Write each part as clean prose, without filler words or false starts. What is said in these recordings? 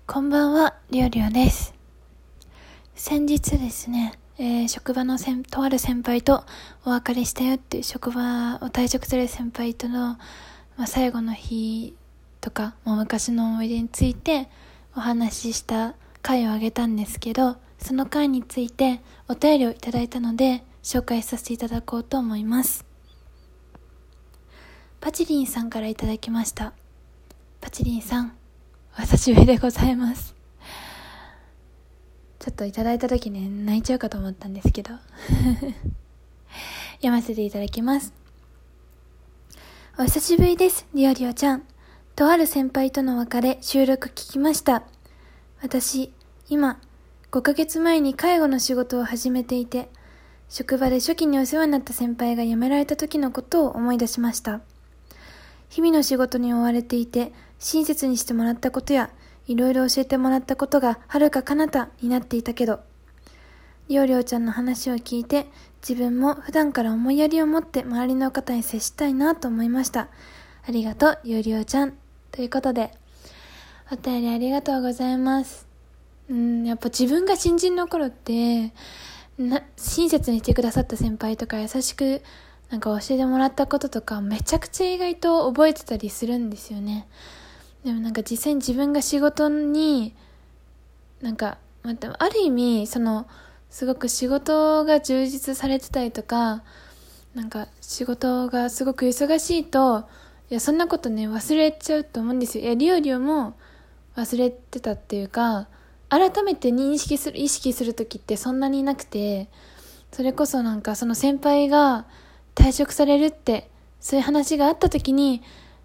こんばんは、りょうりょうです。先日ですね、職場のとある先輩とお別れしたよっていう職場を退職する先輩との、最後の日とか、昔の思い出についてお話しした回をあげたんですけど、その回についてお便りをいただいたので紹介させていただこうと思います。パチリンさんからいただきました。パチリンさん、お久しぶりでございます。ちょっといただいた時ね、泣いちゃうかと思ったんですけど読ませていただきます。お久しぶりです、りおりおちゃん。とある先輩との別れ、収録聞きました。私、今5ヶ月前に介護の仕事を始めていて、職場で初期にお世話になった先輩が辞められた時のことを思い出しました。日々の仕事に追われていて、親切にしてもらったことやいろいろ教えてもらったことが遥か彼方になっていたけど、りょうりょうちゃんの話を聞いて、自分も普段から思いやりを持って周りの方に接したいなと思いました。ありがとう、りょうりょうちゃん。ということで、お便りありがとうございます。やっぱ自分が新人の頃って親切にしてくださった先輩とか優しく教えてもらったこととかめちゃくちゃ意外と覚えてたりするんですよね。でも実際に自分が仕事にある意味すごく仕事が充実されてたりとか仕事がすごく忙しいとそんなことね忘れちゃうと思うんですよ。リオリオも忘れてたっていうか、改めて意識する時ってそんなになくて、それこそその先輩が退職されるってそういう話があった時に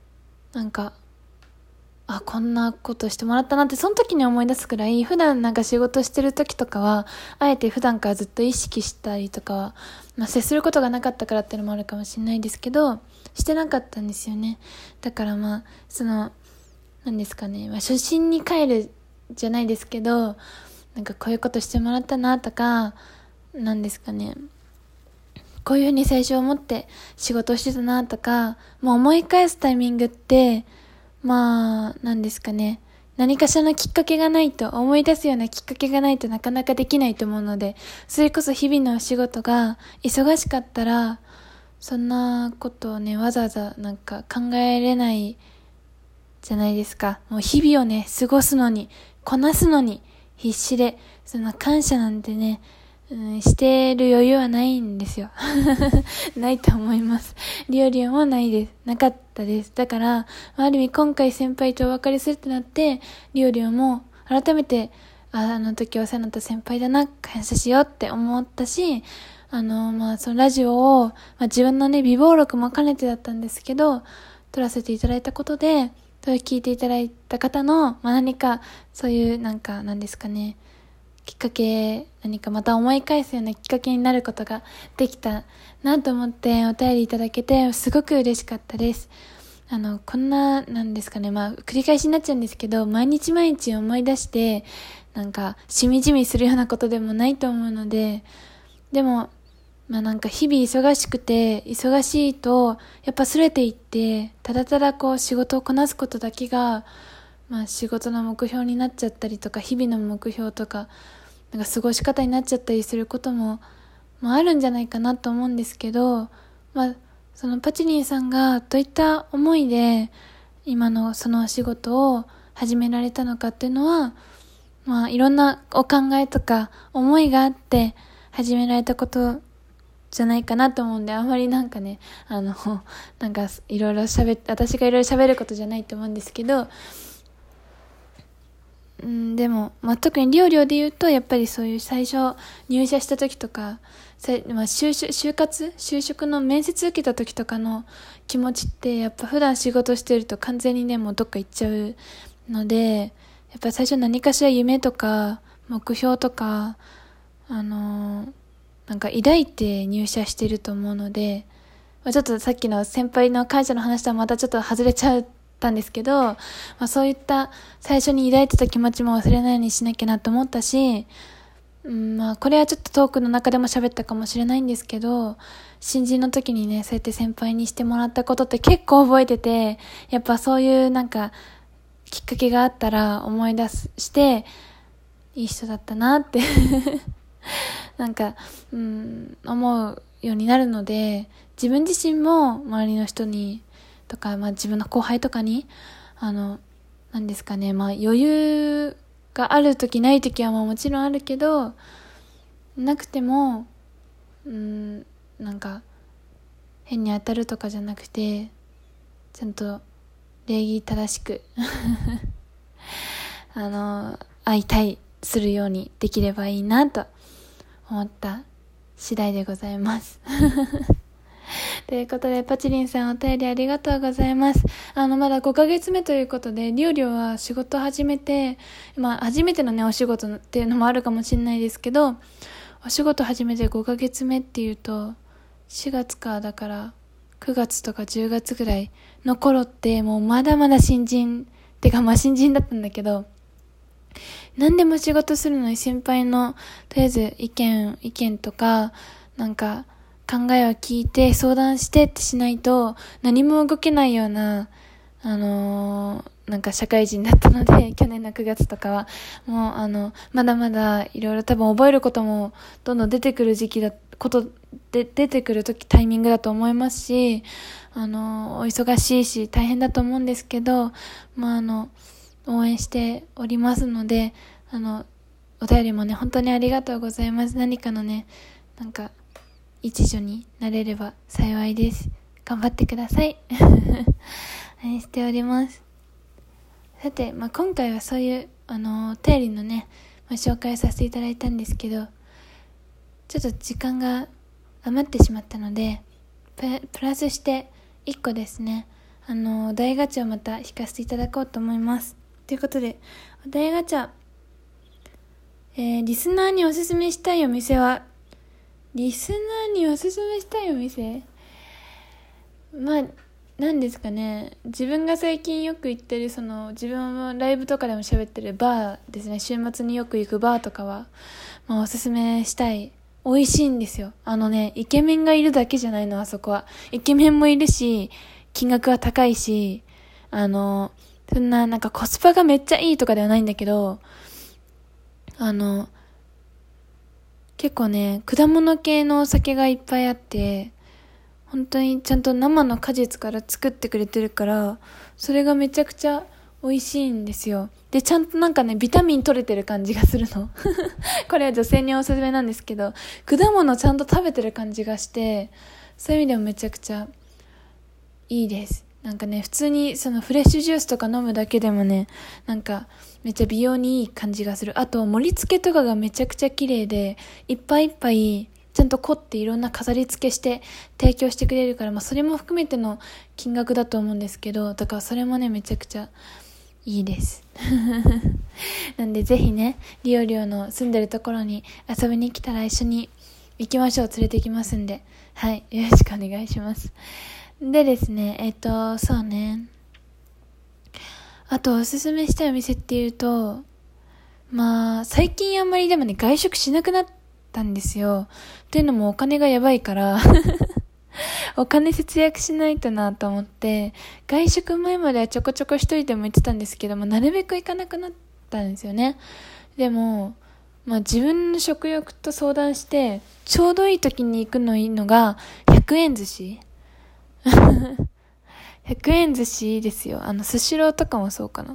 こんなことしてもらったなってその時に思い出すくらい、普段仕事してる時とかはあえて普段からずっと意識したりとかは、接することがなかったからっていうのもあるかもしれないですけど、してなかったんですよね。だからなんですかね、初心に帰るじゃないですけど、こういうことしてもらったなとか、なんですかね、こういうふうに最初思って仕事をしてたなとか、もう思い返すタイミングってなんですかね、何かしらのきっかけがないと、思い出すようなきっかけがないとなかなかできないと思うので、それこそ日々のお仕事が忙しかったらそんなことをねわざわざ考えれないじゃないですか。もう日々をね過ごすのにこなすのに必死で、そんな感謝なんてね、してる余裕はないんですよないと思います。リオリオもなかったです。だからある意味今回先輩とお別れするってなって、リオリオも改めてあの時お世話になった先輩だな、感謝しようって思ったし、そのラジオを、自分のね備忘録も兼ねてだったんですけど撮らせていただいたことで、聞いていただいた方の、何かそういうなんですかね、きっかけ、何かまた思い返すようなきっかけになることができたなと思ってお便りいただけてすごく嬉しかったです。こんなんですかね、繰り返しになっちゃうんですけど、毎日毎日思い出してしみじみするようなことでもないと思うので、でも日々忙しくて忙しいとやっぱすれていって、ただただ仕事をこなすことだけが仕事の目標になっちゃったりとか、日々の目標とか過ごし方になっちゃったりすることも、あるんじゃないかなと思うんですけど、そのパチリンさんがどういった思いで今のそのお仕事を始められたのかっていうのは、いろんなお考えとか思いがあって始められたことじゃないかなと思うんで、あんまりいろいろ私がいろいろ喋ることじゃないと思うんですけど、でも、特にリオリオで言うと、やっぱりそういう最初入社した時とか、就職の面接受けた時とかの気持ちって、やっぱ普段仕事してると完全にね、もうどっか行っちゃうので、やっぱり最初何かしら夢とか目標とか、抱いて入社してると思うので、ちょっとさっきの先輩の感謝の話とはまたちょっと外れちゃったんですけど、そういった最初に抱いてた気持ちも忘れないようにしなきゃなと思ったし、これはちょっとトークの中でも喋ったかもしれないんですけど、新人の時にねそうやって先輩にしてもらったことって結構覚えてて、やっぱそういうきっかけがあったら思い出していい人だったなってなんか、思うようになるので、自分自身も周りの人にとか、自分の後輩とかになんですかね、余裕がある時ない時はもちろんあるけど、なくてもなんか変に当たるとかじゃなくて、ちゃんと礼儀正しく相対するようにできればいいなと思った次第でございますということで、パチリンさんお便りありがとうございます。まだ5ヶ月目ということで、リオリオは仕事始めて、初めてのね、お仕事っていうのもあるかもしれないですけど、お仕事始めて5ヶ月目っていうと、4月か、だから9月とか10月ぐらいの頃って、もうまだまだ新人、新人だったんだけど、何でも仕事するのに先輩の、とりあえず意見とか、考えを聞いて相談してってしないと何も動けないような、社会人だったので、去年の9月とかは、もうまだまだいろいろ多分覚えることもどんどん出てくる出てくるタイミングだと思いますし、お忙しいし大変だと思うんですけど、応援しておりますので、お便りもね、本当にありがとうございます。何かのね、一助になれれば幸いです。頑張ってください応援しております。さて、今回はそういうお便りのね、紹介させていただいたんですけど、ちょっと時間が余ってしまったので、プラスして1個ですね、お題ガチャをまた引かせていただこうと思います。ということで、お題ガチャ、リスナーにおすすめしたいお店は、リスナーにおすすめしたいお店、何ですかね、自分が最近よく行ってる、自分もライブとかでも喋ってるバーですね、週末によく行くバーとかは、おすすめしたい。美味しいんですよ。イケメンがいるだけじゃないの、あそこは。イケメンもいるし、金額は高いし、そんなコスパがめっちゃいいとかではないんだけど、結構ね、果物系のお酒がいっぱいあって、本当にちゃんと生の果実から作ってくれてるから、それがめちゃくちゃ美味しいんですよ。で、ちゃんとビタミン取れてる感じがするの。これは女性におすすめなんですけど、果物ちゃんと食べてる感じがして、そういう意味でもめちゃくちゃいいです。普通にフレッシュジュースとか飲むだけでもね、めっちゃ美容にいい感じがする。あと盛り付けとかがめちゃくちゃ綺麗で、いっぱいいっぱいちゃんと凝っていろんな飾り付けして提供してくれるから、それも含めての金額だと思うんですけど、だからそれもね、めちゃくちゃいいですなんでぜひね、リオリオの住んでるところに遊びに来たら一緒に行きましょう。連れて行きますんで、はい、よろしくお願いします。でですね、そうね、あとおすすめしたいお店っていうと、最近あんまりでもね、外食しなくなったんですよ。っていうのもお金がやばいからお金節約しないとなと思って、外食前まではちょこちょこ一人でも行ってたんですけども、なるべく行かなくなったんですよね。でも自分の食欲と相談して、ちょうどいい時に行くのいいのが100円寿司100円寿司ですよ。スシローとかもそうかな。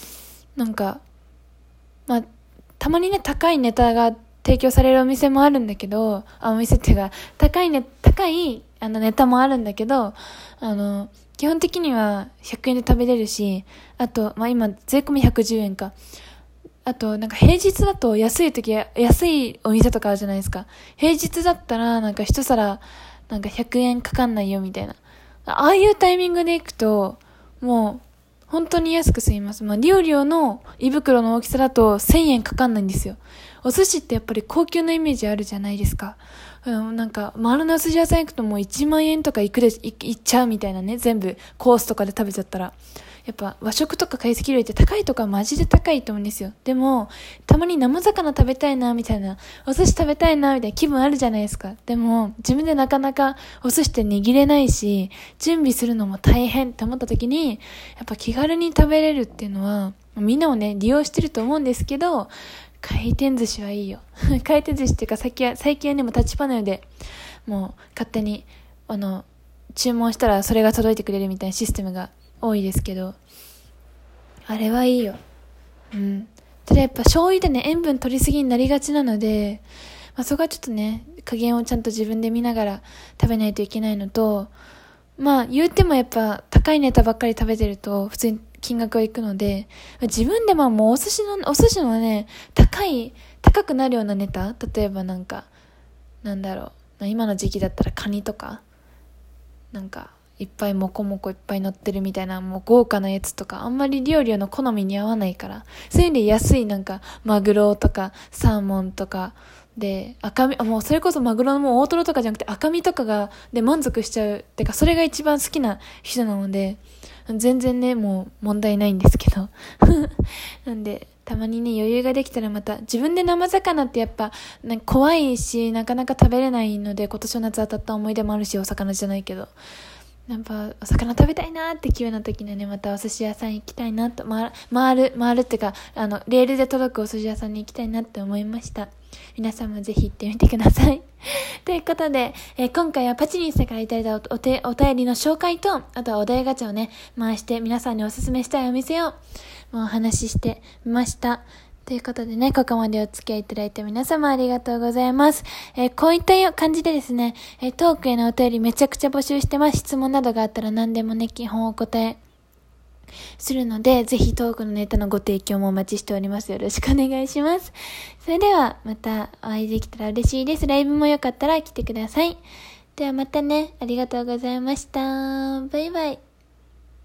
たまにね、高いネタが提供されるお店もあるんだけど、お店っていうか、高いネタもあるんだけど、基本的には100円で食べれるし、あと、今、税込み110円か。あと、平日だと安いお店とかあるじゃないですか。平日だったら、一皿、100円かかんないよみたいな。ああいうタイミングで行くと、もう、本当に安く済みます。リオリオの胃袋の大きさだと1000円かかんないんですよ。お寿司ってやっぱり高級なイメージあるじゃないですか。丸のお寿司屋さん行くともう1万円とかいっちゃうみたいなね。全部コースとかで食べちゃったら。 やっぱ和食とか懐石料理って高いとかマジで高いと思うんですよ。でも、たまに生魚食べたいな、みたいな、お寿司食べたいな、みたいな気分あるじゃないですか。でも、自分でなかなかお寿司って握れないし、準備するのも大変って思った時に、やっぱ気軽に食べれるっていうのは、みんなをね、利用してると思うんですけど、回転寿司はいいよ。回転寿司っていうか、最近はね、もうタッチパネルで、もう勝手に、注文したらそれが届いてくれるみたいなシステムが多いですけど、あれはいいよ。ただやっぱ醤油でね、塩分取りすぎになりがちなので、そこはちょっとね、加減をちゃんと自分で見ながら食べないといけないのと、言うてもやっぱ高いネタばっかり食べてると普通に金額はいくので、自分でもうお寿司のね、高くなるようなネタ、例えば今の時期だったらカニとか、いっぱいもこもこいっぱい乗ってるみたいな、もう豪華なやつとか、あんまり料理の好みに合わないから、そういう意味で安いマグロとか、サーモンとか、で、もうそれこそマグロのもう大トロとかじゃなくて赤身とかで満足しちゃう。てか、それが一番好きな人なので、全然ね、もう問題ないんですけど。なんで、たまにね、余裕ができたらまた、自分で生魚ってやっぱ、怖いし、なかなか食べれないので、今年の夏当たった思い出もあるし、お魚じゃないけど。やっぱ、お魚食べたいなーって気分の時にはね、またお寿司屋さん行きたいなと、回るってか、レールで届くお寿司屋さんに行きたいなって思いました。皆さんもぜひ行ってみてください。ということで、今回はパチニンさんからいただいたお便りの紹介と、あとはお題ガチャをね、回して皆さんにおすすめしたいお店を、もうお話ししてみました。ということでね、ここまでお付き合いいただいて皆様ありがとうございます。こういった感じでですね、トークへのお便りめちゃくちゃ募集してます。質問などがあったら何でもね、基本お答えするので、ぜひトークのネタのご提供もお待ちしております。よろしくお願いします。それでは、またお会いできたら嬉しいです。ライブもよかったら来てください。ではまたね、ありがとうございました。バイバイ。